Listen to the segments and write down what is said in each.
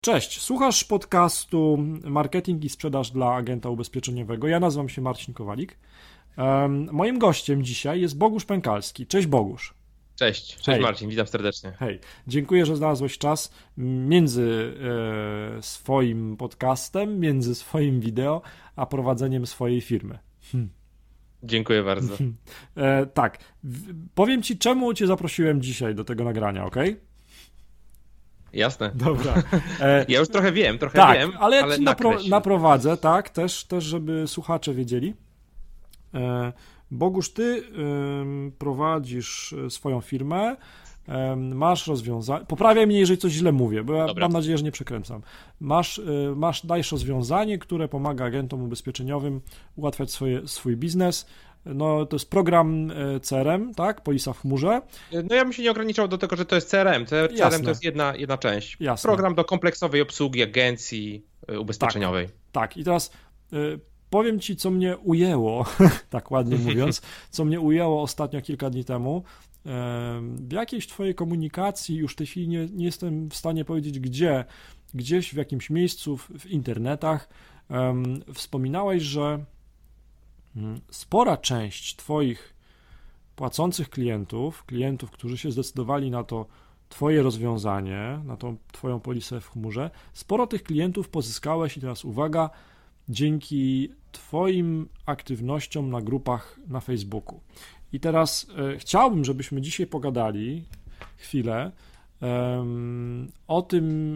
Cześć, słuchasz podcastu Marketing i Sprzedaż dla Agenta Ubezpieczeniowego. Ja nazywam się Marcin Kowalik. Moim gościem dzisiaj jest Bogusz Pękalski. Cześć Bogusz. Cześć Hej. Marcin, witam serdecznie. Hej, dziękuję, że znalazłeś czas między swoim podcastem, między swoim wideo, a prowadzeniem swojej firmy. Dziękuję bardzo. Tak, powiem Ci, czemu Cię zaprosiłem dzisiaj do tego nagrania, ok? Jasne. Dobra. Ja już trochę wiem, ale ja Ci naprowadzę, tak, też żeby słuchacze wiedzieli. Bogusz, Ty prowadzisz swoją firmę, masz rozwiązanie, poprawiaj mnie, jeżeli coś źle mówię, bo ja mam nadzieję, że nie przekręcam. Dajesz rozwiązanie, które pomaga agentom ubezpieczeniowym ułatwiać swój biznes. No, to jest program CRM, tak? Polisa w chmurze. No ja bym się nie ograniczał do tego, że to jest CRM. CRM Jasne. To jest jedna część. Jasne. Program do kompleksowej obsługi agencji ubezpieczeniowej. Tak. I teraz powiem Ci, co mnie ujęło, tak ładnie mówiąc, co mnie ujęło ostatnio kilka dni temu. W jakiejś Twojej komunikacji, już w tej chwili nie jestem w stanie powiedzieć gdzieś w jakimś miejscu w internetach wspominałeś, że spora część Twoich płacących klientów, którzy się zdecydowali na to Twoje rozwiązanie, na tą Twoją polisę w chmurze, sporo tych klientów pozyskałeś i teraz uwaga, dzięki Twoim aktywnościom na grupach na Facebooku. I teraz chciałbym, żebyśmy dzisiaj pogadali chwilę o tym,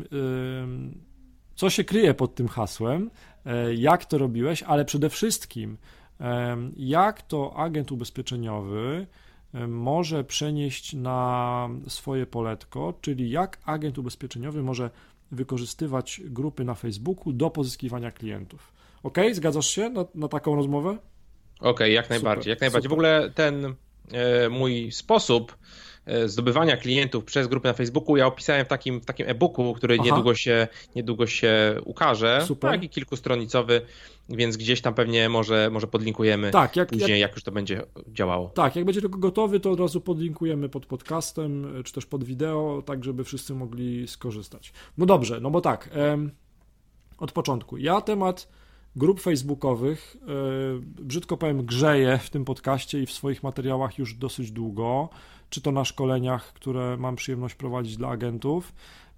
co się kryje pod tym hasłem, jak to robiłeś, ale przede wszystkim jak to agent ubezpieczeniowy może przenieść na swoje poletko, czyli jak agent ubezpieczeniowy może wykorzystywać grupy na Facebooku do pozyskiwania klientów. Ok? Zgadzasz się na taką rozmowę? Okej, jak najbardziej. W ogóle ten mój sposób zdobywania klientów przez grupy na Facebooku ja opisałem w takim e-booku, który niedługo się ukaże, Super. Tak, i kilkustronicowy, więc gdzieś tam pewnie może podlinkujemy później, jak już to będzie działało. Tak, jak będzie tylko gotowy, to od razu podlinkujemy pod podcastem, czy też pod wideo, tak żeby wszyscy mogli skorzystać. No dobrze, no bo tak, od początku. Ja temat grup facebookowych, brzydko powiem, grzeję w tym podcaście i w swoich materiałach już dosyć długo, czy to na szkoleniach, które mam przyjemność prowadzić dla agentów.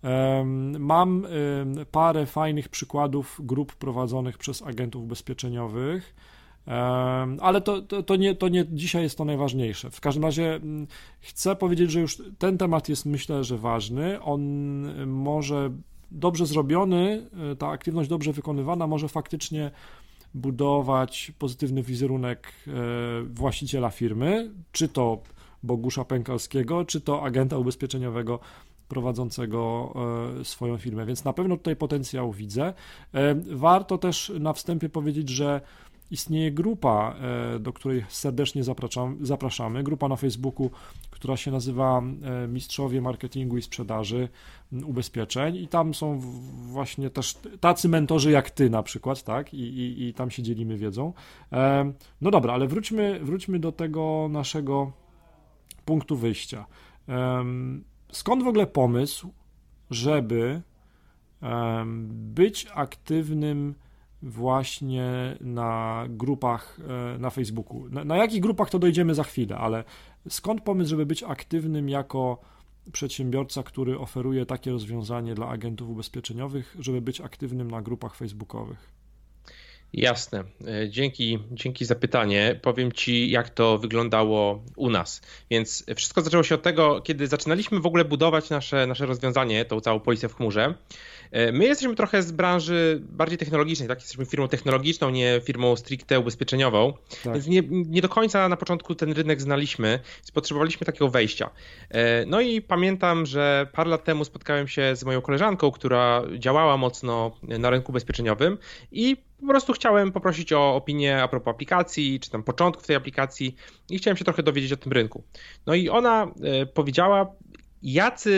Mam parę fajnych przykładów grup prowadzonych przez agentów ubezpieczeniowych, ale to nie dzisiaj jest to najważniejsze. W każdym razie chcę powiedzieć, że już ten temat jest, myślę, że ważny. On może dobrze zrobiony, ta aktywność dobrze wykonywana może faktycznie budować pozytywny wizerunek właściciela firmy, czy to Bogusza Pękalskiego, czy to agenta ubezpieczeniowego prowadzącego swoją firmę, więc na pewno tutaj potencjał widzę. Warto też na wstępie powiedzieć, że istnieje grupa, do której serdecznie zapraszamy, grupa na Facebooku, która się nazywa Mistrzowie Marketingu i Sprzedaży Ubezpieczeń i tam są właśnie też tacy mentorzy jak Ty na przykład, tak, i tam się dzielimy wiedzą. No dobra, ale wróćmy do tego naszego punktu wyjścia. Skąd w ogóle pomysł, żeby być aktywnym właśnie na grupach na Facebooku? Na jakich grupach to dojdziemy za chwilę, ale skąd pomysł, żeby być aktywnym jako przedsiębiorca, który oferuje takie rozwiązanie dla agentów ubezpieczeniowych, żeby być aktywnym na grupach facebookowych? Jasne. Dzięki za pytanie. Powiem Ci, jak to wyglądało u nas. Więc wszystko zaczęło się od tego, kiedy zaczynaliśmy w ogóle budować nasze rozwiązanie, tą całą polisę w chmurze. My jesteśmy trochę z branży bardziej technologicznej, tak? Jesteśmy firmą technologiczną, nie firmą stricte ubezpieczeniową, tak. Więc nie do końca na początku ten rynek znaliśmy, więc potrzebowaliśmy takiego wejścia. No i pamiętam, że parę lat temu spotkałem się z moją koleżanką, która działała mocno na rynku ubezpieczeniowym i po prostu chciałem poprosić o opinię a propos aplikacji, czy tam początków tej aplikacji i chciałem się trochę dowiedzieć o tym rynku. No i ona powiedziała, jacy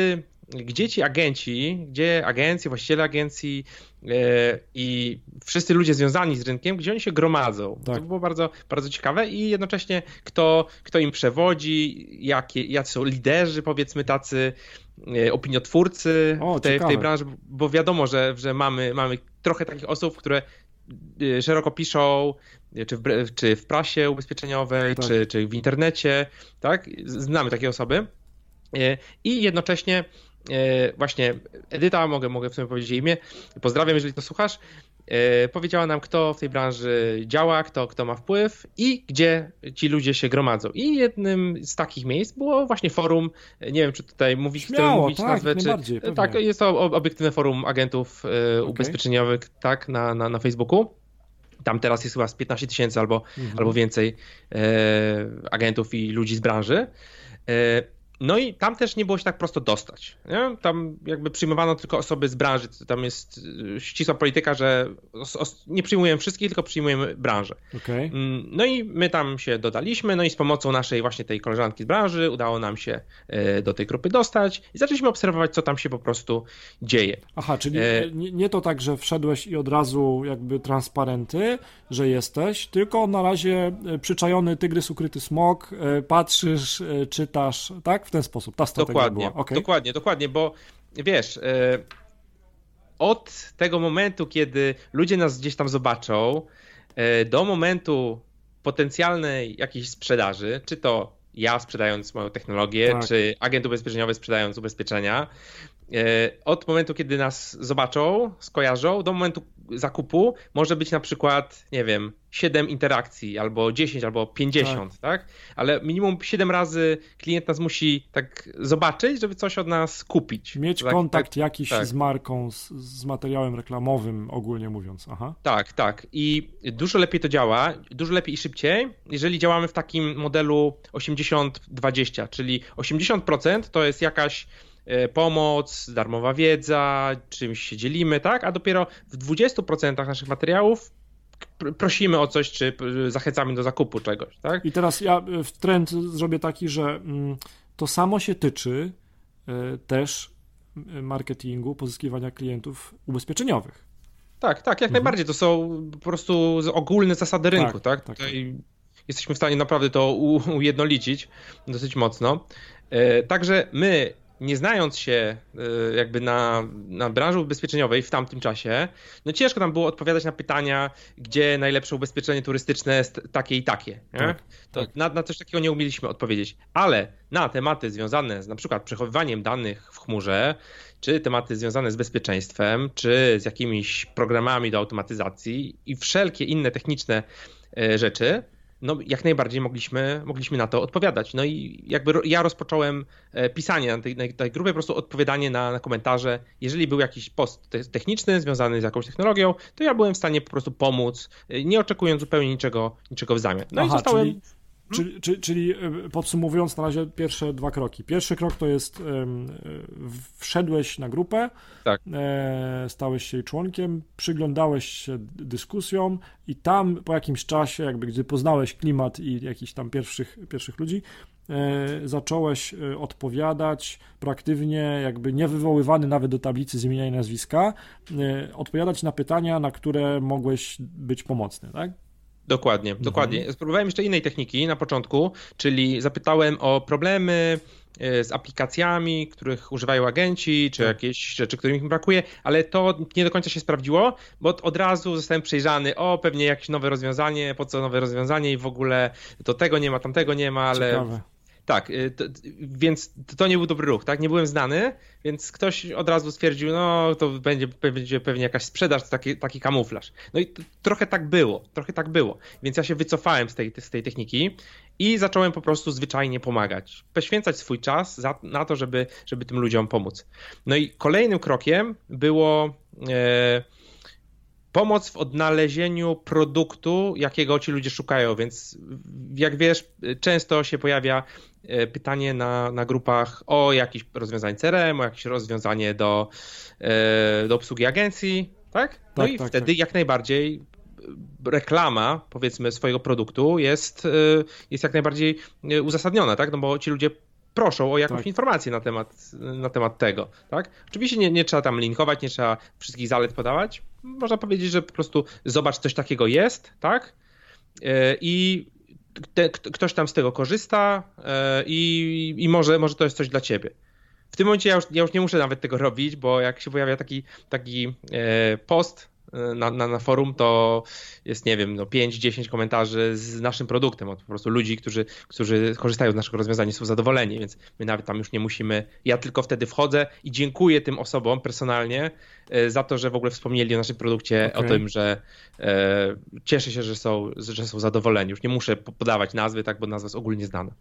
gdzie ci agenci, gdzie agencje, właściciele agencji i wszyscy ludzie związani z rynkiem, gdzie oni się gromadzą. Tak. To było bardzo, bardzo ciekawe i jednocześnie kto im przewodzi, jacy są liderzy, powiedzmy tacy opiniotwórcy w tej branży, bo wiadomo, że mamy trochę takich osób, które szeroko piszą, czy w prasie ubezpieczeniowej, tak. czy w internecie, tak? Znamy takie osoby. I jednocześnie właśnie Edyta, mogę w sumie powiedzieć jej imię, pozdrawiam, jeżeli to słuchasz, powiedziała nam, kto w tej branży działa, kto ma wpływ i gdzie ci ludzie się gromadzą. I jednym z takich miejsc było właśnie forum, nie wiem, czy tutaj chcemy mówić tak, nazwę, czy tak, jest to obiektywne forum agentów ubezpieczeniowych, tak, na Facebooku. Tam teraz jest chyba z 15 000 albo więcej agentów i ludzi z branży. No i tam też nie było się tak prosto dostać. Nie? Tam jakby przyjmowano tylko osoby z branży. Tam jest ścisła polityka, że nie przyjmujemy wszystkich, tylko przyjmujemy branżę. Okay. No i my tam się dodaliśmy, no i z pomocą naszej właśnie tej koleżanki z branży udało nam się do tej grupy dostać i zaczęliśmy obserwować, co tam się po prostu dzieje. Aha, czyli nie to tak, że wszedłeś i od razu jakby transparenty, że jesteś, tylko na razie przyczajony tygrys, ukryty smok, patrzysz, czytasz, tak? W ten sposób, ta strategia była. Okay. Dokładnie, bo wiesz, od tego momentu, kiedy ludzie nas gdzieś tam zobaczą, do momentu potencjalnej jakiejś sprzedaży, czy to ja sprzedając moją technologię, tak. Czy agent ubezpieczeniowy sprzedając ubezpieczenia, od momentu, kiedy nas zobaczą, skojarzą, do momentu zakupu może być na przykład, nie wiem, 7 interakcji, albo 10, albo 50, tak? Ale minimum 7 razy klient nas musi tak zobaczyć, żeby coś od nas kupić. Mieć kontakt jakiś z marką, z materiałem reklamowym, ogólnie mówiąc. Aha. Tak. I dużo lepiej to działa, dużo lepiej i szybciej, jeżeli działamy w takim modelu 80-20, czyli 80% to jest jakaś pomoc, darmowa wiedza, czymś się dzielimy, tak? A dopiero w 20% naszych materiałów prosimy o coś, czy zachęcamy do zakupu czegoś, tak? I teraz ja w trend zrobię taki, że to samo się tyczy też marketingu, pozyskiwania klientów ubezpieczeniowych. Tak, jak najbardziej. To są po prostu ogólne zasady rynku, tak? Tutaj jesteśmy w stanie naprawdę to ujednolicić dosyć mocno. Także my, nie znając się jakby na branży ubezpieczeniowej w tamtym czasie, no ciężko nam było odpowiadać na pytania, gdzie najlepsze ubezpieczenie turystyczne jest takie i takie. Tak. Na coś takiego nie umieliśmy odpowiedzieć, ale na tematy związane z na przykład przechowywaniem danych w chmurze, czy tematy związane z bezpieczeństwem, czy z jakimiś programami do automatyzacji i wszelkie inne techniczne rzeczy, no jak najbardziej mogliśmy na to odpowiadać. No i jakby ja rozpocząłem pisanie na tej grupie, po prostu odpowiadanie na komentarze. Jeżeli był jakiś post techniczny związany z jakąś technologią, to ja byłem w stanie po prostu pomóc, nie oczekując zupełnie niczego w zamian. No i zostałem... Czyli podsumowując na razie pierwsze 2 kroki. Pierwszy krok to jest wszedłeś na grupę, tak. Stałeś się jej członkiem, przyglądałeś się dyskusjom i tam po jakimś czasie, jakby gdy poznałeś klimat i jakichś tam pierwszych ludzi, zacząłeś odpowiadać proaktywnie, jakby nie wywoływany nawet do tablicy z imienia i nazwiska, odpowiadać na pytania, na które mogłeś być pomocny, tak? Dokładnie. Spróbowałem jeszcze innej techniki na początku, czyli zapytałem o problemy z aplikacjami, których używają agenci, czy jakieś rzeczy, których im brakuje, ale to nie do końca się sprawdziło, bo od razu zostałem przejrzany, pewnie jakieś nowe rozwiązanie, po co nowe rozwiązanie i w ogóle to tego nie ma, tamtego nie ma, ale... Ciekawe. Tak, więc to nie był dobry ruch, tak? Nie byłem znany, więc ktoś od razu stwierdził, no to będzie pewnie jakaś sprzedaż, taki kamuflaż. No i trochę tak było, więc ja się wycofałem z tej techniki i zacząłem po prostu zwyczajnie pomagać, poświęcać swój czas na to, żeby tym ludziom pomóc. No i kolejnym krokiem było pomoc w odnalezieniu produktu, jakiego ci ludzie szukają, więc jak wiesz, często się pojawia pytanie na grupach o jakieś rozwiązanie CRM, o jakieś rozwiązanie do obsługi agencji, tak? No i wtedy jak najbardziej reklama, powiedzmy, swojego produktu jest jak najbardziej uzasadniona, tak? No bo ci ludzie proszą o jakąś informację na temat tego, tak? Oczywiście nie trzeba tam linkować, nie trzeba wszystkich zalet podawać. Można powiedzieć, że po prostu zobacz, coś takiego jest, tak? I ktoś tam z tego korzysta i może to jest coś dla ciebie. W tym momencie ja już nie muszę nawet tego robić, bo jak się pojawia taki post na forum, to jest, nie wiem, 5-10 komentarzy z naszym produktem od po prostu ludzi, którzy korzystają z naszego rozwiązania, są zadowoleni, więc my nawet tam już nie musimy, ja tylko wtedy wchodzę i dziękuję tym osobom personalnie za to, że w ogóle wspomnieli o naszym produkcie, o tym, że cieszę się, że są zadowoleni. Już nie muszę podawać nazwy, tak, bo nazwa jest ogólnie znana.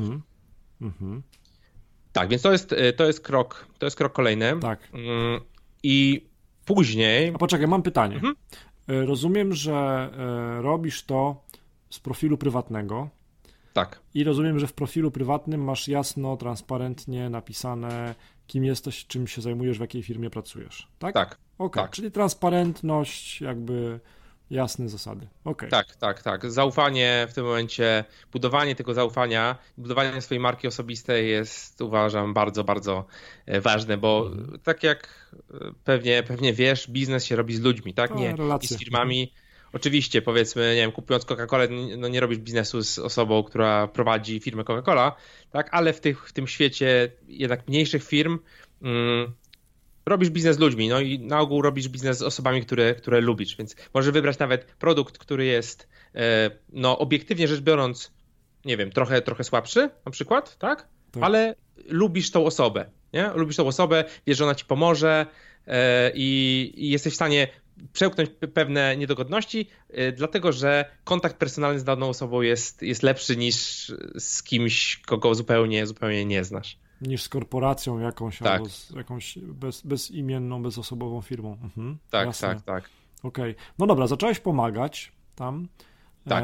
Tak, więc to jest krok kolejny. Tak. I później... A poczekaj, mam pytanie. Rozumiem, że robisz to z profilu prywatnego. Tak. I rozumiem, że w profilu prywatnym masz jasno, transparentnie napisane, kim jesteś, czym się zajmujesz, w jakiej firmie pracujesz. Tak? Tak. Okej, tak. Czyli transparentność, jakby jasne zasady. Okay. Tak. Zaufanie w tym momencie, budowanie tego zaufania, budowanie swojej marki osobistej jest, uważam, bardzo, bardzo ważne, bo tak jak pewnie wiesz, biznes się robi z ludźmi, tak? Nie z firmami. Oczywiście, powiedzmy, nie wiem, kupując Coca-Colę, no nie robisz biznesu z osobą, która prowadzi firmę Coca-Cola, tak? Ale w tym świecie jednak mniejszych firm robisz biznes z ludźmi, no i na ogół robisz biznes z osobami, które lubisz, więc możesz wybrać nawet produkt, który jest, no obiektywnie rzecz biorąc, nie wiem, trochę słabszy na przykład, tak? Ale lubisz tą osobę, nie? Lubisz tą osobę, wiesz, że ona ci pomoże i jesteś w stanie przełknąć pewne niedogodności, dlatego że kontakt personalny z daną osobą jest lepszy niż z kimś, kogo zupełnie nie znasz. Niż z korporacją jakąś, albo z jakąś bezimienną, bezosobową firmą. Tak. Okej. No dobra, zacząłeś pomagać tam. Tak.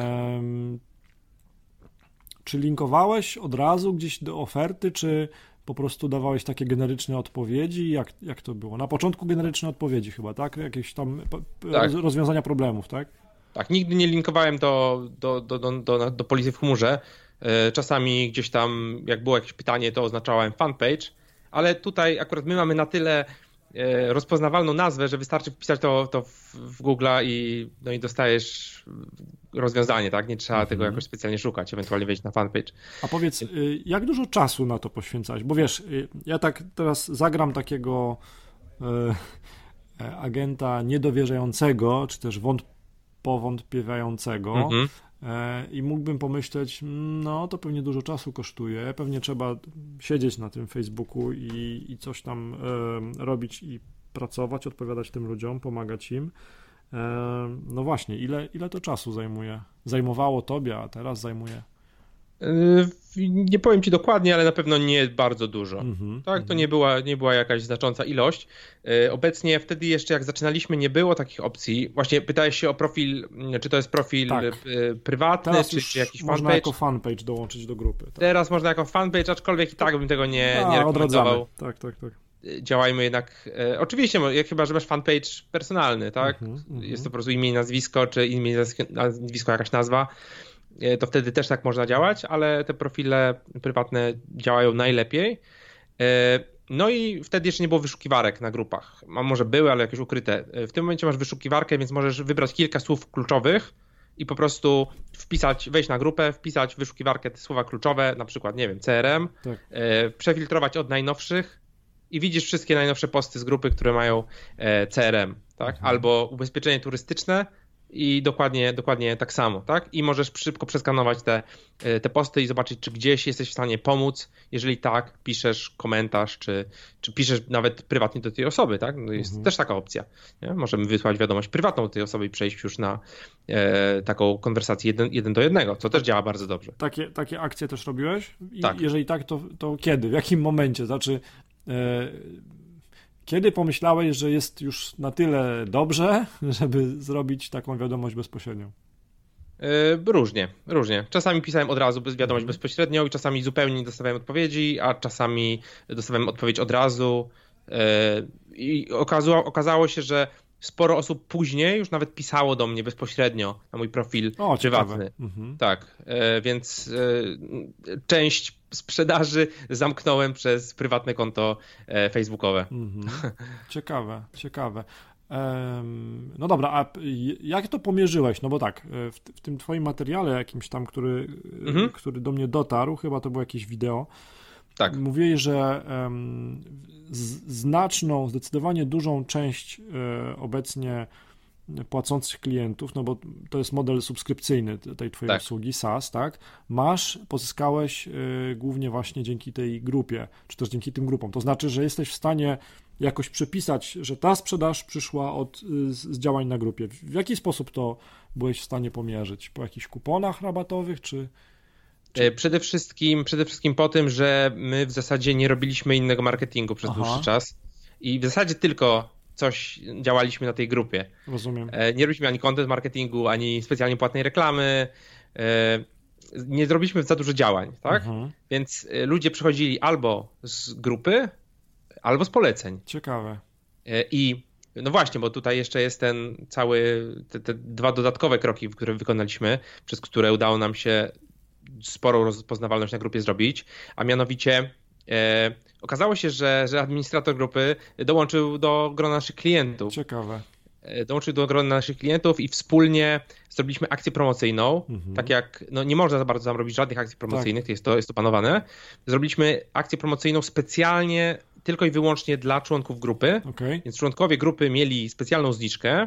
Czy linkowałeś od razu gdzieś do oferty, czy po prostu dawałeś takie generyczne odpowiedzi? Jak to było? Na początku generyczne odpowiedzi chyba, tak? Jakieś tam rozwiązania problemów, tak? Tak, nigdy nie linkowałem do policji w chmurze. Czasami gdzieś tam, jak było jakieś pytanie, to oznaczałem fanpage, ale tutaj akurat my mamy na tyle rozpoznawalną nazwę, że wystarczy wpisać to w Google'a i dostajesz rozwiązanie, tak? Nie trzeba tego jakoś specjalnie szukać, ewentualnie wejść na fanpage. A powiedz, jak dużo czasu na to poświęcałeś? Bo wiesz, ja tak teraz zagram takiego agenta niedowierzającego, czy też powątpiewającego, i mógłbym pomyśleć, no to pewnie dużo czasu kosztuje, pewnie trzeba siedzieć na tym Facebooku i coś tam robić i pracować, odpowiadać tym ludziom, pomagać im. No właśnie, ile to czasu zajmowało tobie, a teraz zajmuje? Nie powiem ci dokładnie, ale na pewno nie bardzo dużo. Tak, to nie była jakaś znacząca ilość. Obecnie wtedy jeszcze jak zaczynaliśmy, nie było takich opcji. Właśnie pytałeś się o profil, czy to jest profil prywatny, czy jakiś fanpage. Można jako fanpage dołączyć do grupy. Tak. Teraz można jako fanpage, aczkolwiek i tak bym tego nie rekomendował. Tak. Działajmy jednak, oczywiście, chyba że masz fanpage personalny, tak? Jest to po prostu imię i nazwisko, czy imię i nazwisko, jakaś nazwa. To wtedy też tak można działać, ale te profile prywatne działają najlepiej. No i wtedy jeszcze nie było wyszukiwarek na grupach. Może były, ale jakieś ukryte. W tym momencie masz wyszukiwarkę, więc możesz wybrać kilka słów kluczowych i po prostu wejść na grupę, wpisać w wyszukiwarkę te słowa kluczowe, na przykład, nie wiem, CRM, przefiltrować od najnowszych i widzisz wszystkie najnowsze posty z grupy, które mają CRM, tak? Albo ubezpieczenie turystyczne, i dokładnie tak samo, tak? I możesz szybko przeskanować te posty i zobaczyć, czy gdzieś jesteś w stanie pomóc. Jeżeli tak, piszesz komentarz, czy piszesz nawet prywatnie do tej osoby, tak? No jest też taka opcja. Nie? Możemy wysłać wiadomość prywatną do tej osoby i przejść już na taką konwersację 1 do 1, co też działa bardzo dobrze. Takie akcje też robiłeś? Tak. Jeżeli tak, to kiedy? W jakim momencie? Znaczy... Kiedy pomyślałeś, że jest już na tyle dobrze, żeby zrobić taką wiadomość bezpośrednią? Różnie. Czasami pisałem od razu wiadomość bezpośrednią i czasami zupełnie nie dostawałem odpowiedzi, a czasami dostawałem odpowiedź od razu. I okazało się, że sporo osób później już nawet pisało do mnie bezpośrednio na mój profil prywatny. Tak, więc część sprzedaży zamknąłem przez prywatne konto facebookowe. Ciekawe. No dobra, a jak to pomierzyłeś? No bo tak, w tym twoim materiale jakimś tam, który do mnie dotarł, chyba to było jakieś wideo, tak. Mówiłeś, że zdecydowanie dużą część obecnie płacących klientów, no bo to jest model subskrypcyjny tej twojej usługi SaaS, tak? Pozyskałeś głównie właśnie dzięki tej grupie, czy też dzięki tym grupom. To znaczy, że jesteś w stanie jakoś przepisać, że ta sprzedaż przyszła z działań na grupie. W jaki sposób to byłeś w stanie pomierzyć? Po jakichś kuponach rabatowych, czy... Przede wszystkim po tym, że my w zasadzie nie robiliśmy innego marketingu przez dłuższy czas i w zasadzie tylko coś działaliśmy na tej grupie. Rozumiem. Nie robiliśmy ani content marketingu, ani specjalnie płatnej reklamy. Nie zrobiliśmy za dużo działań, tak? Więc ludzie przychodzili albo z grupy, albo z poleceń. Ciekawe. I no właśnie, bo tutaj jeszcze jest ten te dwa dodatkowe kroki, które wykonaliśmy, przez które udało nam się sporą rozpoznawalność na grupie zrobić, a mianowicie okazało się, że administrator grupy dołączył do grona naszych klientów. Ciekawe. Dołączył do grona naszych klientów i wspólnie zrobiliśmy akcję promocyjną, tak jak, no nie można za bardzo tam robić żadnych akcji promocyjnych, jest to panowane. Zrobiliśmy akcję promocyjną specjalnie tylko i wyłącznie dla członków grupy, więc członkowie grupy mieli specjalną zniżkę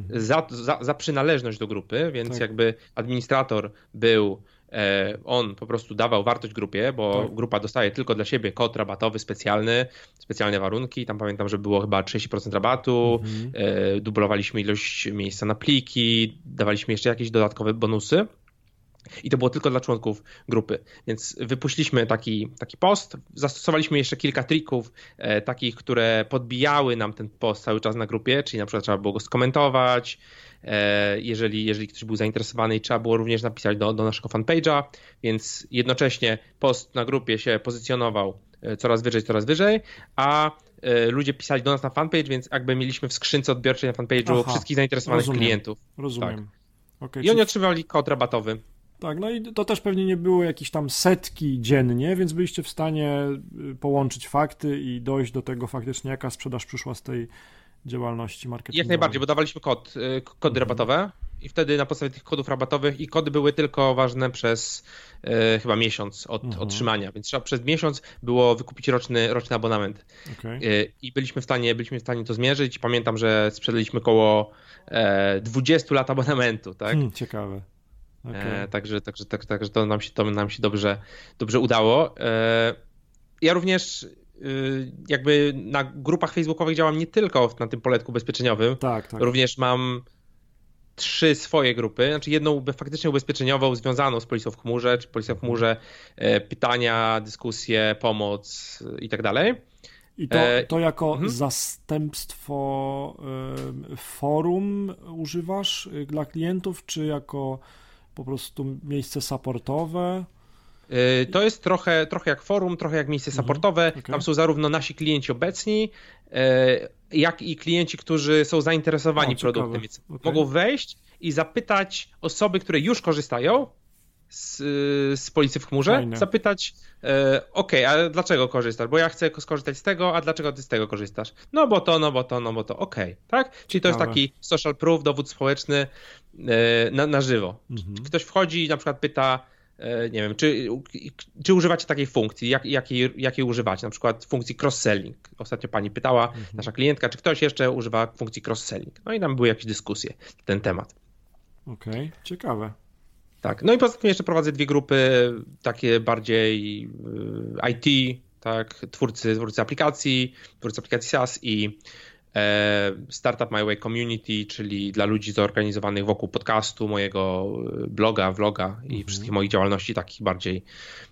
za przynależność do grupy, więc jakby administrator był, on po prostu dawał wartość grupie, bo grupa dostaje tylko dla siebie kod rabatowy specjalne warunki, tam pamiętam, że było chyba 30% rabatu, dublowaliśmy ilość miejsca na pliki, dawaliśmy jeszcze jakieś dodatkowe bonusy. I to było tylko dla członków grupy, więc wypuściliśmy taki post, zastosowaliśmy jeszcze kilka trików takich, które podbijały nam ten post cały czas na grupie, czyli na przykład trzeba było go skomentować, jeżeli ktoś był zainteresowany i trzeba było również napisać do naszego fanpage'a, więc jednocześnie post na grupie się pozycjonował coraz wyżej, a ludzie pisali do nas na fanpage, więc jakby mieliśmy w skrzynce odbiorczej na fanpage'u wszystkich zainteresowanych klientów. Rozumiem. Tak. I oni otrzymywali kod rabatowy. Tak, no i to też pewnie nie było jakieś tam setki dziennie, więc byliście w stanie połączyć fakty i dojść do tego faktycznie, jaka sprzedaż przyszła z tej działalności marketingowej. Jak najbardziej, bo dawaliśmy kody rabatowe i wtedy na podstawie tych kodów rabatowych i kody były tylko ważne przez chyba miesiąc od otrzymania, więc trzeba przez miesiąc było wykupić roczny abonament. I byliśmy w stanie to zmierzyć. Pamiętam, że sprzedaliśmy około 20 lat abonamentu, tak? Ciekawe. Także to nam się dobrze udało. Ja również jakby na grupach facebookowych działam nie tylko na tym poletku ubezpieczeniowym. Tak. Również mam 3 swoje grupy, znaczy jedną faktycznie ubezpieczeniową związaną z policją w chmurze, czy policja w chmurze, pytania, dyskusje, pomoc i tak dalej. I to jako zastępstwo forum używasz dla klientów, czy jako po prostu miejsce supportowe? To jest trochę jak forum, trochę jak miejsce supportowe. Tam są zarówno nasi klienci obecni, jak i klienci, którzy są zainteresowani produktem. Więc mogą wejść i zapytać osoby, które już korzystają z policji w chmurze, zapytać, a dlaczego korzystasz? Bo ja chcę skorzystać z tego, a dlaczego ty z tego korzystasz? No bo to, tak? Czyli to jest taki social proof, dowód społeczny na żywo. Ktoś wchodzi i na przykład pyta, nie wiem, czy używacie takiej funkcji, jakiej używacie, na przykład funkcji cross-selling. Ostatnio pani pytała, nasza klientka, czy ktoś jeszcze używa funkcji cross-selling. No i tam były jakieś dyskusje na ten temat. Ciekawe. Tak, no i poza tym jeszcze prowadzę 2 grupy, takie bardziej IT, tak, twórcy aplikacji SaaS i Startup My Way Community, czyli dla ludzi zorganizowanych wokół podcastu, mojego bloga, vloga i wszystkich moich działalności takich bardziej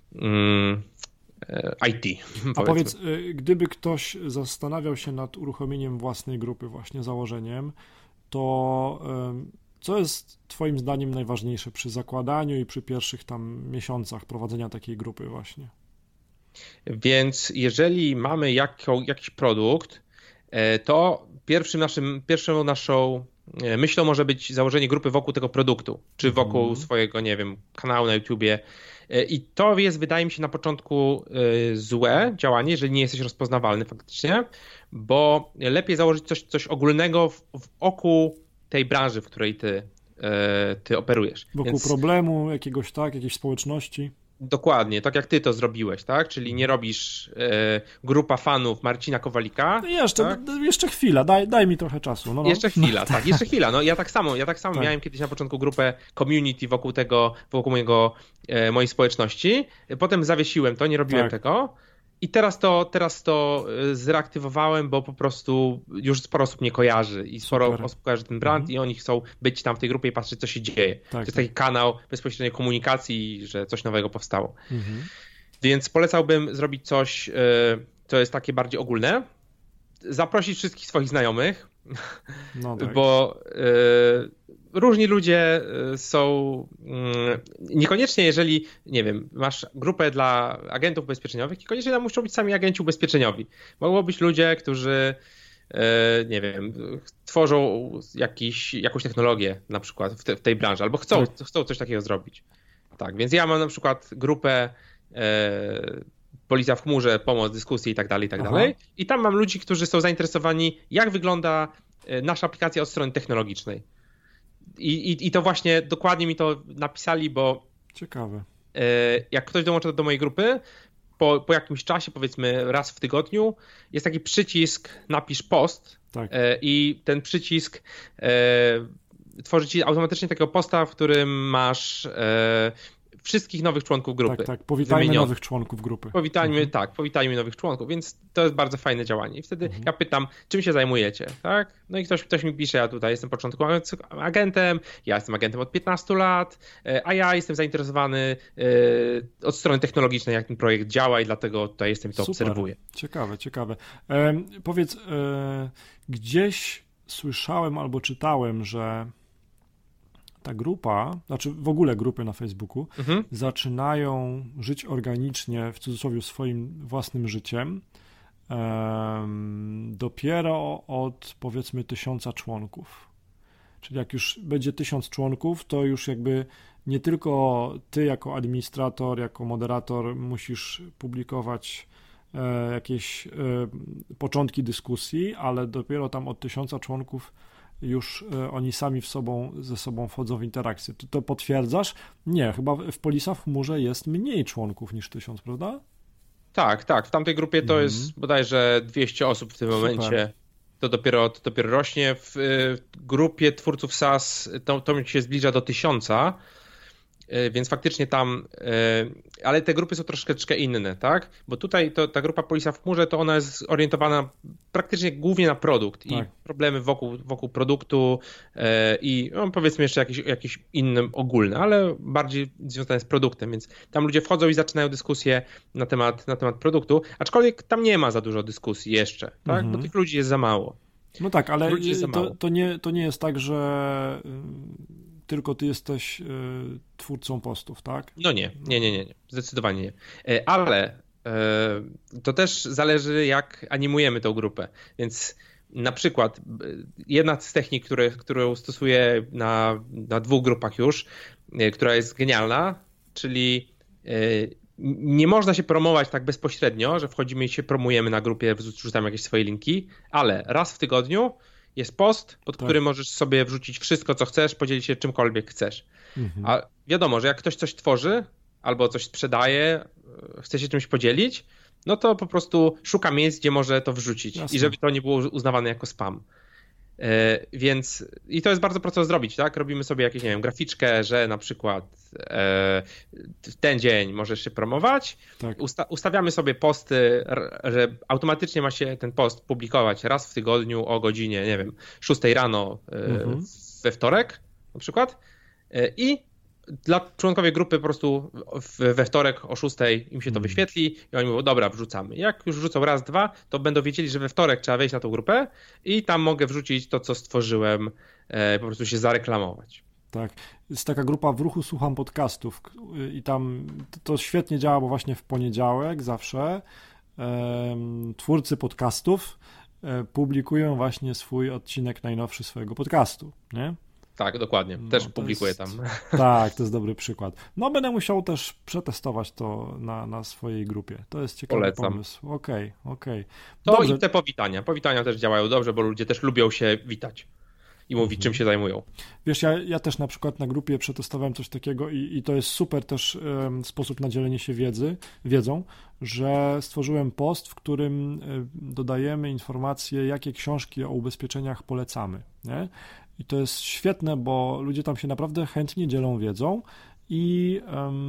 IT. A powiedz, gdyby ktoś zastanawiał się nad uruchomieniem własnej grupy, właśnie założeniem, to co jest twoim zdaniem najważniejsze przy zakładaniu i przy pierwszych tam miesiącach prowadzenia takiej grupy właśnie? Więc jeżeli mamy jakiś produkt, to pierwszą naszą myślą może być założenie grupy wokół tego produktu, czy wokół swojego, nie wiem, kanału na YouTubie. I to jest, wydaje mi się, na początku złe działanie, jeżeli nie jesteś rozpoznawalny faktycznie, bo lepiej założyć coś ogólnego wokół tej branży, w której ty operujesz. Wokół problemu jakiegoś, tak, jakiejś społeczności. Dokładnie, tak jak ty to zrobiłeś, tak? Czyli nie robisz grupa fanów Marcina Kowalika. No jeszcze, tak? Jeszcze chwila, daj mi trochę czasu. No. Jeszcze chwila, tak, jeszcze chwila. No ja tak samo tak. Miałem kiedyś na początku grupę community wokół mojej społeczności. Potem zawiesiłem to, nie robiłem tego. I teraz to zreaktywowałem, bo po prostu już sporo osób mnie kojarzy i sporo osób kojarzy ten brand i oni chcą być tam w tej grupie i patrzeć, co się dzieje. Tak, to jest taki kanał bezpośredniej komunikacji, że coś nowego powstało. Więc polecałbym zrobić coś, co jest takie bardziej ogólne. Zaprosić wszystkich swoich znajomych, bo różni ludzie są, niekoniecznie jeżeli, nie wiem, masz grupę dla agentów ubezpieczeniowych, niekoniecznie tam muszą być sami agenci ubezpieczeniowi. Mogą być ludzie, którzy, nie wiem, tworzą jakąś technologię na przykład w tej branży, albo chcą coś takiego zrobić. Tak, więc ja mam na przykład grupę Policja w chmurze, pomoc, dyskusje i tak dalej. I tam mam ludzi, którzy są zainteresowani, jak wygląda nasza aplikacja od strony technologicznej. I to właśnie dokładnie mi to napisali, bo ciekawe. Jak ktoś dołącza do mojej grupy, po jakimś czasie, powiedzmy raz w tygodniu, jest taki przycisk napisz post i ten przycisk tworzy ci automatycznie takiego posta, w którym masz wszystkich nowych członków grupy. Tak, powitajmy nowych członków grupy. Powitajmy nowych członków, więc to jest bardzo fajne działanie. I wtedy ja pytam, czym się zajmujecie, tak? No i ktoś mi pisze, ja tutaj jestem początkowym agentem, ja jestem agentem od 15 lat, a ja jestem zainteresowany od strony technologicznej, jak ten projekt działa i dlatego tutaj jestem i to obserwuję. Ciekawe. Powiedz, gdzieś słyszałem albo czytałem, że ta grupa, znaczy w ogóle grupy na Facebooku zaczynają żyć organicznie, w cudzysłowie swoim własnym życiem dopiero od powiedzmy 1000 członków. Czyli jak już będzie 1000 członków, to już jakby nie tylko ty jako administrator, jako moderator musisz publikować jakieś początki dyskusji, ale dopiero tam od 1000 członków już oni sami ze sobą wchodzą w interakcję. Ty to potwierdzasz? Nie, chyba w Polisa w chmurze jest mniej członków niż 1000, prawda? Tak. W tamtej grupie to jest bodajże 200 osób w tym momencie. To dopiero rośnie. W grupie twórców SaaS to się zbliża do 1000, więc faktycznie tam, ale te grupy są troszeczkę inne, tak? Bo tutaj ta grupa Polisa w chmurze, to ona jest zorientowana praktycznie głównie na produkt i problemy wokół produktu i no, powiedzmy jeszcze jakieś inne ogólne, ale bardziej związane z produktem, więc tam ludzie wchodzą i zaczynają dyskusję na temat produktu, aczkolwiek tam nie ma za dużo dyskusji jeszcze, tak? Bo tych ludzi jest za mało. No tak, ale to nie jest tak, że tylko ty jesteś twórcą postów, tak? No nie. Zdecydowanie nie. Ale to też zależy, jak animujemy tą grupę. Więc na przykład jedna z technik, którą stosuję na 2 grupach już, która jest genialna, czyli nie można się promować tak bezpośrednio, że wchodzimy i się promujemy na grupie, wrzucamy jakieś swoje linki, ale raz w tygodniu jest post, pod który możesz sobie wrzucić wszystko, co chcesz, podzielić się czymkolwiek chcesz. A wiadomo, że jak ktoś coś tworzy albo coś sprzedaje, chce się czymś podzielić, no to po prostu szuka miejsc, gdzie może to wrzucić. Jasne. I żeby to nie było uznawane jako spam. Więc i to jest bardzo prosto zrobić, tak? Robimy sobie jakąś, nie wiem, graficzkę, że na przykład w ten dzień możesz się promować. Tak. Ustawiamy sobie posty, że automatycznie ma się ten post publikować raz w tygodniu o godzinie, nie wiem, 6 rano we wtorek na przykład i dla członkowie grupy po prostu we wtorek o 6 im się to wyświetli i oni mówią, dobra, wrzucamy. Jak już wrzucą raz, 2, to będą wiedzieli, że we wtorek trzeba wejść na tą grupę i tam mogę wrzucić to, co stworzyłem, po prostu się zareklamować. Tak, jest taka grupa W ruchu słucham podcastów i tam to świetnie działa, bo właśnie w poniedziałek zawsze twórcy podcastów publikują właśnie swój odcinek najnowszy swojego podcastu, nie? Tak, dokładnie. Też publikuję tam. Tak, to jest dobry przykład. No będę musiał też przetestować to na swojej grupie. To jest ciekawy pomysł. Okej. To dobrze. I te powitania. Powitania też działają dobrze, bo ludzie też lubią się witać i mówić, czym się zajmują. Wiesz, ja też na przykład na grupie przetestowałem coś takiego i to jest super też sposób na dzielenie się wiedzą, że stworzyłem post, w którym dodajemy informacje, jakie książki o ubezpieczeniach polecamy, nie? I to jest świetne, bo ludzie tam się naprawdę chętnie dzielą wiedzą i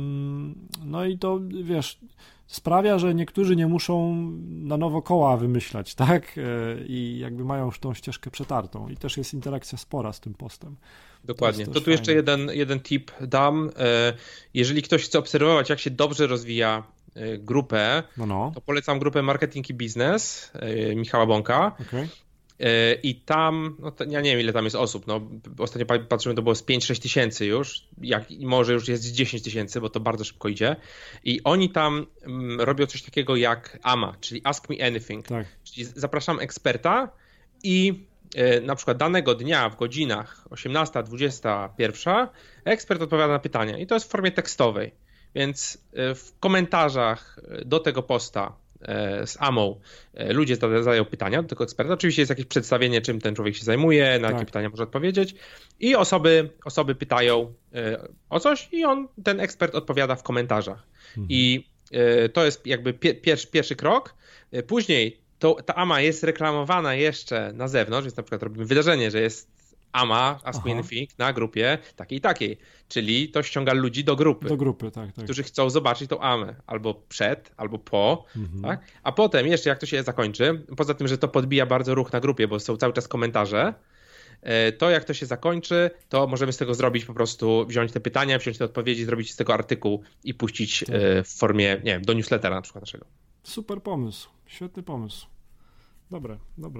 no i to, wiesz, sprawia, że niektórzy nie muszą na nowo koła wymyślać, tak? I jakby mają już tą ścieżkę przetartą i też jest interakcja spora z tym postem. Dokładnie. To tu jeszcze jeden tip dam. Jeżeli ktoś chce obserwować, jak się dobrze rozwija grupę, to polecam grupę Marketing i Biznes Michała Bąka. Okay. I tam, ja nie wiem ile tam jest osób, ostatnio patrzyłem, to było z 5-6 tysięcy już, może już jest 10 tysięcy, bo to bardzo szybko idzie i oni tam robią coś takiego jak AMA, czyli Ask Me Anything, tak. Czyli zapraszam eksperta i na przykład danego dnia w godzinach 18, 21 ekspert odpowiada na pytania i to jest w formie tekstowej, więc w komentarzach do tego posta z AMO ludzie zadają pytania do tego eksperta. Oczywiście jest jakieś przedstawienie, czym ten człowiek się zajmuje, na jakie pytania może odpowiedzieć i osoby pytają o coś i ten ekspert odpowiada w komentarzach. I to jest jakby pierwszy krok. Później ta AMA jest reklamowana jeszcze na zewnątrz, więc na przykład robimy wydarzenie, że jest AMA, Ask Me Anything na grupie takiej i takiej, czyli to ściąga ludzi do grupy. Do grupy, tak. Którzy chcą zobaczyć tą AMę, albo przed, albo po, tak? A potem jeszcze jak to się zakończy, poza tym, że to podbija bardzo ruch na grupie, bo są cały czas komentarze, to jak to się zakończy, to możemy z tego zrobić po prostu, wziąć te pytania, wziąć te odpowiedzi, zrobić z tego artykuł i puścić w formie, nie wiem, do newslettera na przykład naszego. Super pomysł, świetny pomysł. Dobre.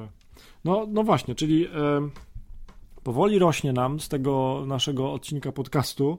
No właśnie, czyli powoli rośnie nam z tego naszego odcinka podcastu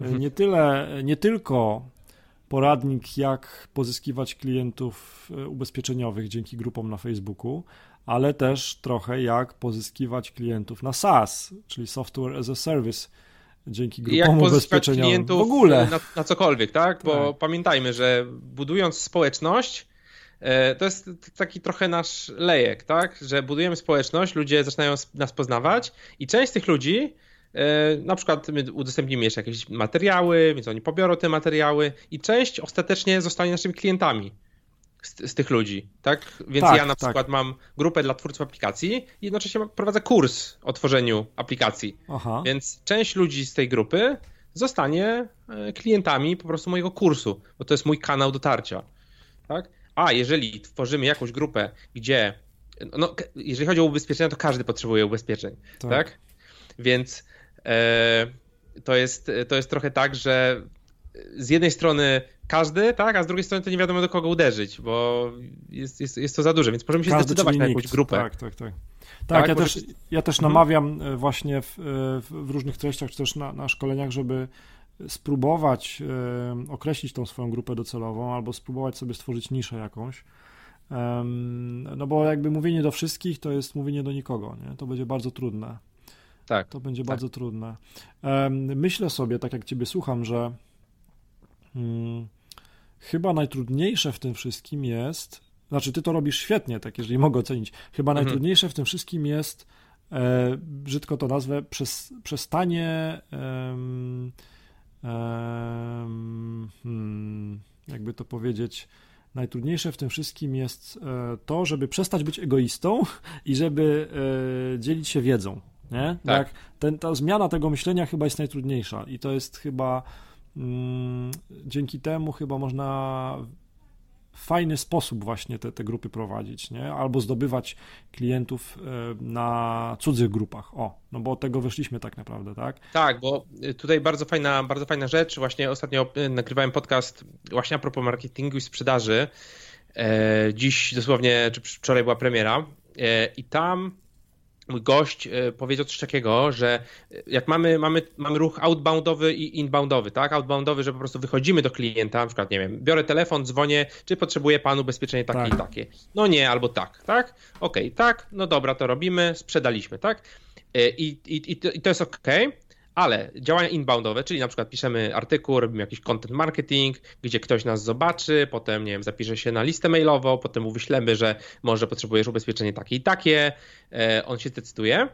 nie tylko poradnik, jak pozyskiwać klientów ubezpieczeniowych dzięki grupom na Facebooku, ale też trochę jak pozyskiwać klientów na SaaS, czyli Software as a Service, dzięki grupom ubezpieczeniowym. Klientów w ogóle. Na cokolwiek, tak? Bo pamiętajmy, że budując społeczność, to jest taki trochę nasz lejek, tak? Że budujemy społeczność, ludzie zaczynają nas poznawać i część z tych ludzi, na przykład my udostępnimy jeszcze jakieś materiały, więc oni pobiorą te materiały i część ostatecznie zostanie naszymi klientami z tych ludzi, tak? Więc ja na przykład mam grupę dla twórców aplikacji i jednocześnie prowadzę kurs o tworzeniu aplikacji, więc część ludzi z tej grupy zostanie klientami po prostu mojego kursu, bo to jest mój kanał dotarcia, tak? A jeżeli tworzymy jakąś grupę, gdzie, jeżeli chodzi o ubezpieczenia, to każdy potrzebuje ubezpieczeń, tak? Więc to jest trochę tak, że z jednej strony każdy, tak, a z drugiej strony to nie wiadomo do kogo uderzyć, bo jest to za duże, więc możemy się zdecydować na jakąś grupę. Tak, ja też namawiam właśnie w różnych treściach, czy też na szkoleniach, żeby spróbować określić tą swoją grupę docelową albo spróbować sobie stworzyć niszę jakąś, no bo jakby mówienie do wszystkich to jest mówienie do nikogo, nie? To będzie bardzo trudne. Tak. To będzie bardzo trudne. Myślę sobie, tak jak ciebie słucham, że chyba najtrudniejsze w tym wszystkim jest, znaczy ty to robisz świetnie, tak jeżeli mogę ocenić, chyba najtrudniejsze w tym wszystkim jest, brzydko to nazwę, przestanie jakby to powiedzieć, najtrudniejsze w tym wszystkim jest to, żeby przestać być egoistą i żeby dzielić się wiedzą, nie? Tak. Ta zmiana tego myślenia chyba jest najtrudniejsza i to jest chyba dzięki temu chyba można w fajny sposób właśnie te grupy prowadzić, nie? Albo zdobywać klientów na cudzych grupach. No bo od tego wyszliśmy tak naprawdę, tak? Tak, bo tutaj bardzo fajna rzecz. Właśnie ostatnio nagrywałem podcast właśnie a propos marketingu i sprzedaży. Dziś dosłownie, czy wczoraj była premiera i tam mój gość powiedział coś takiego, że jak mamy ruch outboundowy i inboundowy, tak? Outboundowy, że po prostu wychodzimy do klienta, na przykład, nie wiem, biorę telefon, dzwonię, czy potrzebuje pan ubezpieczenie takie i takie? No nie, albo tak? Okej, tak, no dobra, to robimy, sprzedaliśmy, tak? I to jest okej. Ale działania inboundowe, czyli na przykład piszemy artykuł, robimy jakiś content marketing, gdzie ktoś nas zobaczy, potem, nie wiem, zapisze się na listę mailową, potem mu wyślemy, że może potrzebujesz ubezpieczenie takie i takie, on się zdecyduje,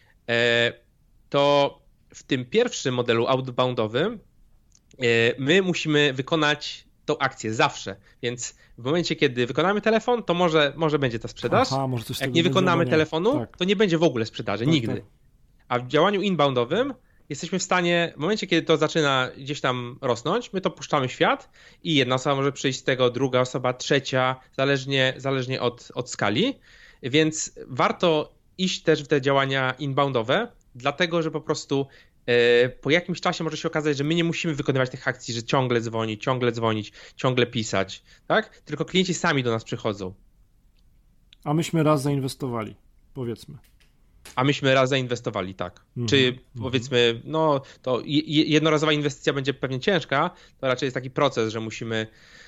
to w tym pierwszym modelu outboundowym my musimy wykonać tą akcję zawsze, więc w momencie, kiedy wykonamy telefon, to może będzie ta sprzedaż. Jak nie wykonamy telefonu, to nie będzie w ogóle sprzedaży, nigdy. A w działaniu inboundowym jesteśmy w stanie, w momencie, kiedy to zaczyna gdzieś tam rosnąć, my to puszczamy w świat i jedna osoba może przyjść z tego, druga osoba, trzecia, zależnie od skali, więc warto iść też w te działania inboundowe, dlatego, że po prostu po jakimś czasie może się okazać, że my nie musimy wykonywać tych akcji, że ciągle dzwonić, ciągle pisać, tak? Tylko klienci sami do nas przychodzą. A myśmy raz zainwestowali, powiedzmy. A myśmy raz zainwestowali, tak. Czy powiedzmy, no to jednorazowa inwestycja będzie pewnie ciężka, to raczej jest taki proces, że musimy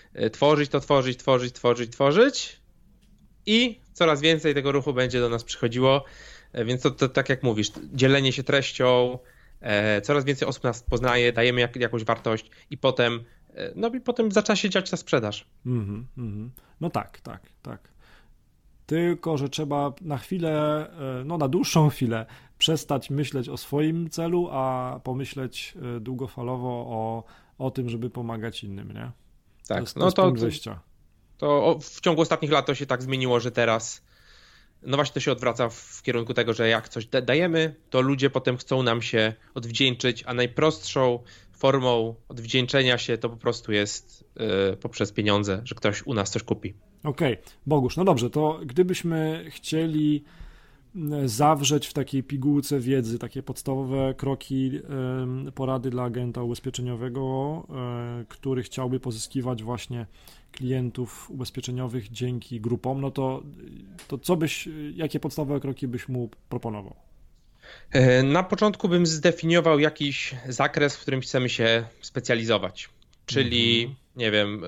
tworzyć i coraz więcej tego ruchu będzie do nas przychodziło, więc to tak jak mówisz, dzielenie się treścią, coraz więcej osób nas poznaje, dajemy jakąś wartość i potem zaczyna się dziać ta sprzedaż. No tak. Tylko że trzeba na chwilę, na dłuższą chwilę przestać myśleć o swoim celu, a pomyśleć długofalowo o tym, żeby pomagać innym, nie? Tak, to jest punkt wyjścia. To w ciągu ostatnich lat to się tak zmieniło, że teraz właśnie to się odwraca w kierunku tego, że jak coś dajemy, to ludzie potem chcą nam się odwdzięczyć, a najprostszą formą odwdzięczenia się to po prostu jest poprzez pieniądze, że ktoś u nas coś kupi. Okej, Bogusz, no dobrze, to gdybyśmy chcieli zawrzeć w takiej pigułce wiedzy takie podstawowe kroki, porady dla agenta ubezpieczeniowego, który chciałby pozyskiwać właśnie klientów ubezpieczeniowych dzięki grupom, no to jakie podstawowe kroki byś mu proponował? Na początku bym zdefiniował jakiś zakres, w którym chcemy się specjalizować, czyli nie wiem...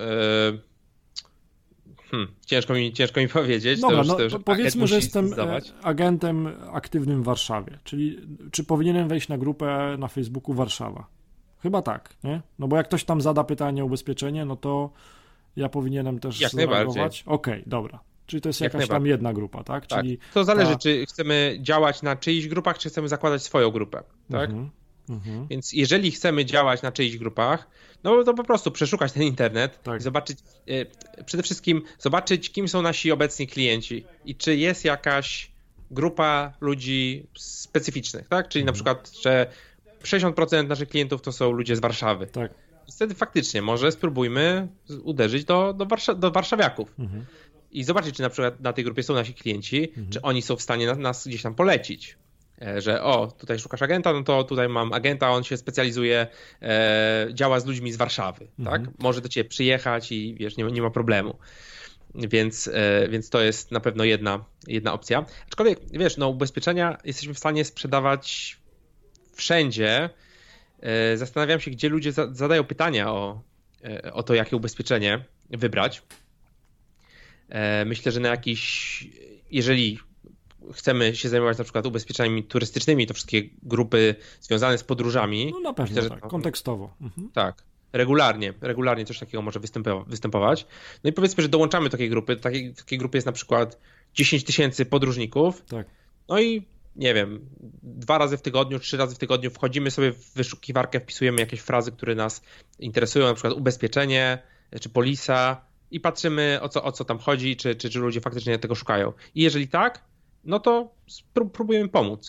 Ciężko mi powiedzieć. Dobra, to powiedzmy, że jestem agentem aktywnym w Warszawie, czyli czy powinienem wejść na grupę na Facebooku Warszawa? Chyba tak, nie? No bo jak ktoś tam zada pytanie o ubezpieczenie, no to ja powinienem też zareagować. Okej, dobra. Czyli to jest jakaś tam jedna grupa, tak? Tak. Czyli to zależy, czy chcemy działać na czyichś grupach, czy chcemy zakładać swoją grupę, tak? Więc jeżeli chcemy działać na czyichś grupach, no to po prostu przeszukać ten internet i zobaczyć, przede wszystkim zobaczyć, kim są nasi obecni klienci i czy jest jakaś grupa ludzi specyficznych, tak? Czyli na przykład, że 60% naszych klientów to są ludzie z Warszawy. Tak. Wtedy faktycznie może spróbujmy uderzyć do warszawiaków. I zobaczyć, czy na przykład na tej grupie są nasi klienci, czy oni są w stanie nas gdzieś tam polecić. Że tutaj szukasz agenta, no to tutaj mam agenta, on się specjalizuje, działa z ludźmi z Warszawy, tak? Może do ciebie przyjechać i wiesz, nie ma problemu. Więc to jest na pewno jedna opcja. Aczkolwiek, wiesz, ubezpieczenia jesteśmy w stanie sprzedawać wszędzie. Zastanawiam się, gdzie ludzie zadają pytania o to, jakie ubezpieczenie wybrać. Myślę, że jeżeli chcemy się zajmować na przykład ubezpieczeniami turystycznymi, to wszystkie grupy związane z podróżami. No na pewno, myślę, tak, kontekstowo. Tak, regularnie coś takiego może występować. No i powiedzmy, że dołączamy do takiej grupy. W takiej grupie jest na przykład 10 000 podróżników. Tak. No i nie wiem, 2 razy w tygodniu, 3 razy w tygodniu wchodzimy sobie w wyszukiwarkę, wpisujemy jakieś frazy, które nas interesują, na przykład ubezpieczenie czy polisa i patrzymy o co tam chodzi, czy ludzie faktycznie tego szukają. I jeżeli tak, no to próbujemy pomóc.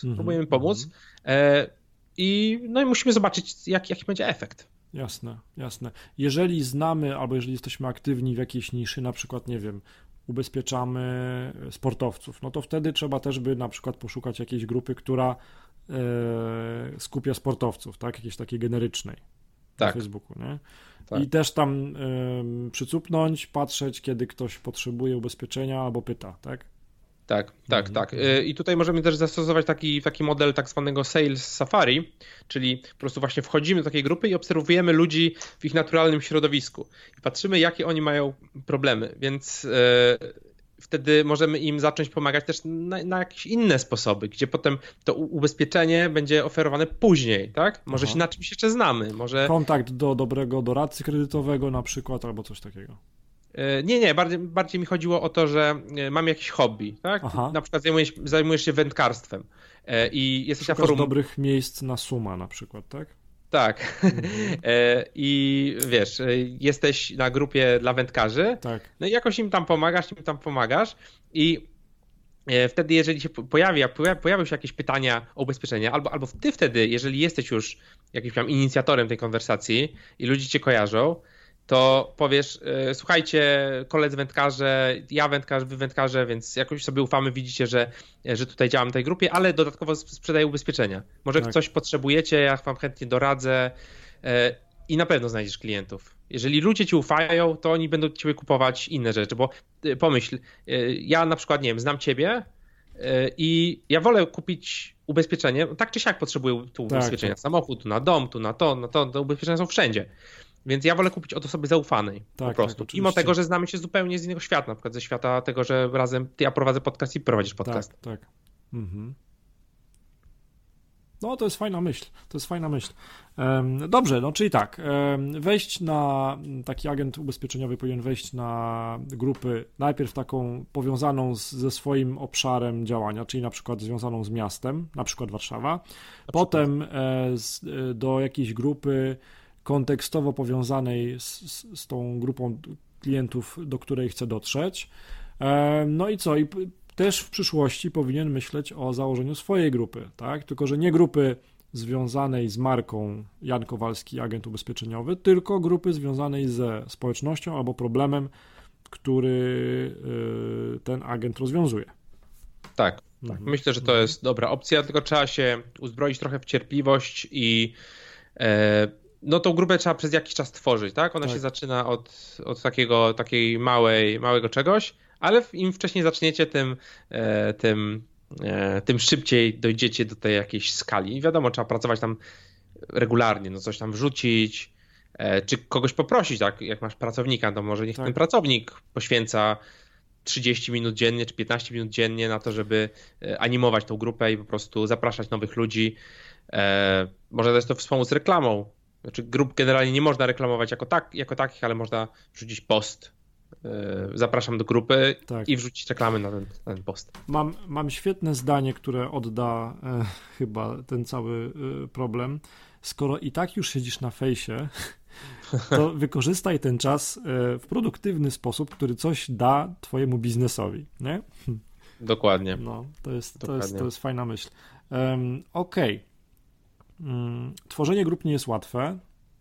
I musimy zobaczyć, jaki będzie efekt. Jasne. Jeżeli znamy, albo jeżeli jesteśmy aktywni w jakiejś niszy, na przykład, nie wiem, ubezpieczamy sportowców, no to wtedy trzeba też by na przykład poszukać jakiejś grupy, która skupia sportowców, tak? Jakiejś takiej generycznej na Facebooku, nie? Tak. I też tam przycupnąć, patrzeć, kiedy ktoś potrzebuje ubezpieczenia albo pyta, tak? Tak. I tutaj możemy też zastosować taki model tak zwanego Sales Safari, czyli po prostu właśnie wchodzimy do takiej grupy i obserwujemy ludzi w ich naturalnym środowisku i patrzymy, jakie oni mają problemy, więc wtedy możemy im zacząć pomagać też na jakieś inne sposoby, gdzie potem to ubezpieczenie będzie oferowane później, tak? Może się na czymś jeszcze znamy, może... Kontakt do dobrego doradcy kredytowego na przykład, albo coś takiego. Nie, bardziej mi chodziło o to, że mam jakieś hobby, tak? Na przykład zajmujesz się wędkarstwem i jesteś na forum... dobrych miejsc na Suma na przykład, tak? Tak. I wiesz, jesteś na grupie dla wędkarzy, tak. No i jakoś im tam pomagasz i wtedy, jeżeli się pojawią się jakieś pytania o ubezpieczenia, albo ty wtedy, jeżeli jesteś już jakimś tam inicjatorem tej konwersacji i ludzie cię kojarzą, to powiesz, słuchajcie, koledzy wędkarze, ja wędkarz, wy wędkarze, więc jakoś sobie ufamy, widzicie, że tutaj działam w tej grupie, ale dodatkowo sprzedaję ubezpieczenia. Może coś potrzebujecie, ja wam chętnie doradzę i na pewno znajdziesz klientów. Jeżeli ludzie ci ufają, to oni będą ciebie kupować inne rzeczy, bo pomyśl, ja na przykład, nie wiem, znam ciebie i ja wolę kupić ubezpieczenie, tak czy siak potrzebuję tu ubezpieczenia, samochód, tu na dom, tu na to, te ubezpieczenia są wszędzie. Więc ja wolę kupić od osoby zaufanej po prostu. Mimo tego, że znamy się zupełnie z innego świata, na przykład ze świata tego, że razem ja prowadzę podcast i prowadzisz podcast. Tak. No to jest fajna myśl. Dobrze, no czyli tak, taki agent ubezpieczeniowy powinien wejść na grupy najpierw taką powiązaną ze swoim obszarem działania, czyli na przykład związaną z miastem, na przykład Warszawa, potem do jakiejś grupy kontekstowo powiązanej z tą grupą klientów, do której chce dotrzeć. No i co? I też w przyszłości powinien myśleć o założeniu swojej grupy, tak? Tylko że nie grupy związanej z marką Jan Kowalski, agent ubezpieczeniowy, tylko grupy związanej ze społecznością albo problemem, który ten agent rozwiązuje. Tak. Myślę, że to jest dobra opcja, tylko trzeba się uzbroić trochę w cierpliwość i no tą grupę trzeba przez jakiś czas tworzyć, tak? Ona się zaczyna od takiej małego czegoś, ale im wcześniej zaczniecie, tym szybciej dojdziecie do tej jakiejś skali. I wiadomo, trzeba pracować tam regularnie, no coś tam wrzucić, czy kogoś poprosić, tak? Jak masz pracownika, to może niech ten pracownik poświęca 30 minut dziennie, czy 15 minut dziennie na to, żeby animować tą grupę i po prostu zapraszać nowych ludzi. Można też to wspomóc reklamą. Znaczy grup generalnie nie można reklamować jako takich, ale można wrzucić post. Zapraszam do grupy i wrzucić reklamy na ten post. Mam świetne zdanie, które odda chyba ten cały problem. Skoro i tak już siedzisz na fejsie, to wykorzystaj ten czas w produktywny sposób, który coś da twojemu biznesowi, nie? Dokładnie. No, to jest fajna myśl. Okej. Tworzenie grup nie jest łatwe.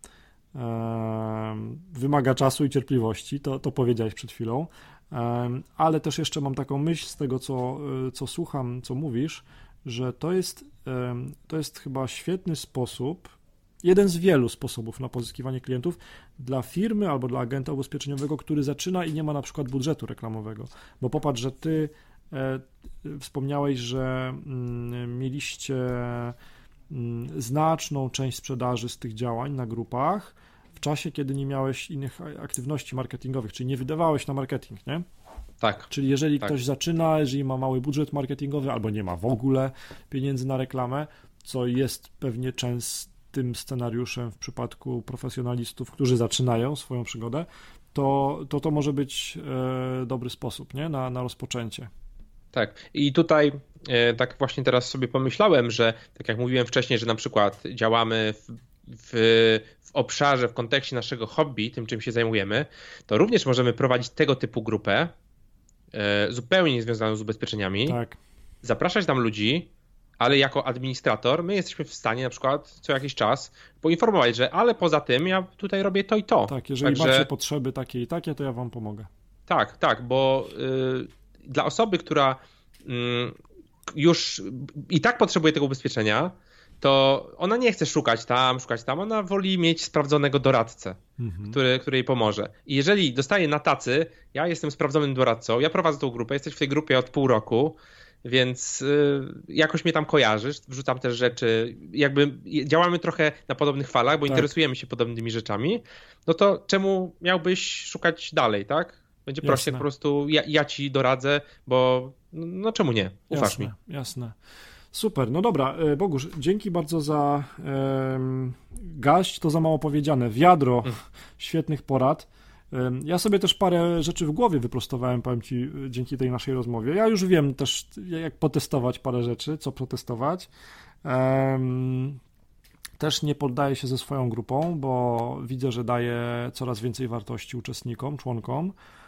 Wymaga czasu i cierpliwości, to powiedziałeś przed chwilą, ale też jeszcze mam taką myśl z tego, co słucham, co mówisz, że to jest chyba świetny sposób, jeden z wielu sposobów na pozyskiwanie klientów dla firmy albo dla agenta ubezpieczeniowego, który zaczyna i nie ma na przykład budżetu reklamowego, bo popatrz, że ty wspomniałeś, że mieliście znaczną część sprzedaży z tych działań na grupach w czasie, kiedy nie miałeś innych aktywności marketingowych, czyli nie wydawałeś na marketing, nie? Tak. Czyli jeżeli ktoś zaczyna, jeżeli ma mały budżet marketingowy albo nie ma w ogóle pieniędzy na reklamę, co jest pewnie częstym scenariuszem w przypadku profesjonalistów, którzy zaczynają swoją przygodę, to może być dobry sposób, nie? Na rozpoczęcie. Tak. I tutaj tak właśnie teraz sobie pomyślałem, że tak jak mówiłem wcześniej, że na przykład działamy w obszarze, w kontekście naszego hobby, tym czym się zajmujemy, to również możemy prowadzić tego typu grupę, zupełnie niezwiązaną z ubezpieczeniami, zapraszać tam ludzi, ale jako administrator my jesteśmy w stanie na przykład co jakiś czas poinformować, że ale poza tym ja tutaj robię to i to. Tak, jeżeli macie potrzeby takie i takie, to ja wam pomogę. Tak, bo dla osoby, która już i tak potrzebuje tego ubezpieczenia, to ona nie chce szukać tam, ona woli mieć sprawdzonego doradcę, który jej pomoże. I jeżeli dostaje na tacy, ja jestem sprawdzonym doradcą, ja prowadzę tą grupę, jesteś w tej grupie od pół roku, więc jakoś mnie tam kojarzysz, wrzucam też rzeczy, jakby działamy trochę na podobnych falach, bo interesujemy się podobnymi rzeczami, no to czemu miałbyś szukać dalej, tak? Będzie prościej, jak po prostu ja ci doradzę, bo no czemu nie? Ufasz mi. Jasne. Super, no dobra, Bogusz, dzięki bardzo za gaść, to za mało powiedziane, wiadro świetnych porad. Ja sobie też parę rzeczy w głowie wyprostowałem, powiem ci, dzięki tej naszej rozmowie. Ja już wiem też, jak potestować parę rzeczy, co protestować. Też nie poddaję się ze swoją grupą, bo widzę, że daje coraz więcej wartości uczestnikom, członkom.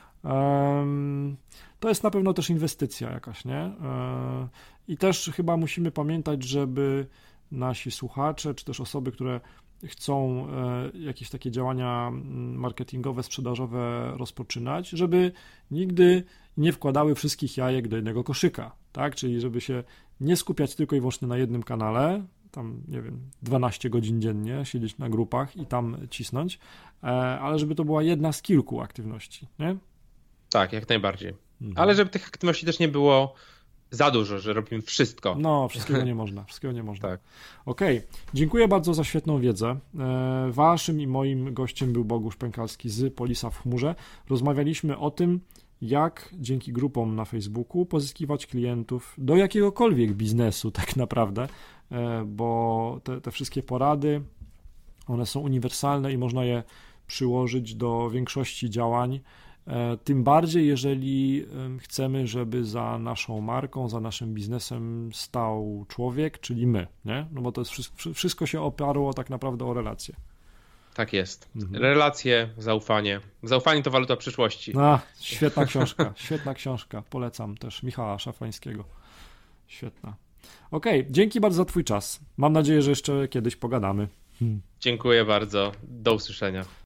To jest na pewno też inwestycja jakaś, nie? I też chyba musimy pamiętać, żeby nasi słuchacze, czy też osoby, które chcą jakieś takie działania marketingowe, sprzedażowe rozpoczynać, żeby nigdy nie wkładały wszystkich jajek do jednego koszyka, tak? Czyli żeby się nie skupiać tylko i wyłącznie na jednym kanale, tam, nie wiem, 12 godzin dziennie siedzieć na grupach i tam cisnąć, ale żeby to była jedna z kilku aktywności, nie? Tak, jak najbardziej. Ale żeby tych aktywności też nie było za dużo, że robimy wszystko. No, wszystkiego nie można. Tak. Okej, dziękuję bardzo za świetną wiedzę. Waszym i moim gościem był Bogusz Pękalski z Polisa w chmurze. Rozmawialiśmy o tym, jak dzięki grupom na Facebooku pozyskiwać klientów do jakiegokolwiek biznesu tak naprawdę, bo te wszystkie porady, one są uniwersalne i można je przyłożyć do większości działań. Tym bardziej, jeżeli chcemy, żeby za naszą marką, za naszym biznesem stał człowiek, czyli my, nie? No bo to jest wszystko się oparło tak naprawdę o relacje. Tak jest. Relacje, zaufanie. Zaufanie to waluta przyszłości. Świetna książka. Polecam też Michała Szafańskiego. Świetna. Okej, dzięki bardzo za twój czas. Mam nadzieję, że jeszcze kiedyś pogadamy. Dziękuję bardzo. Do usłyszenia.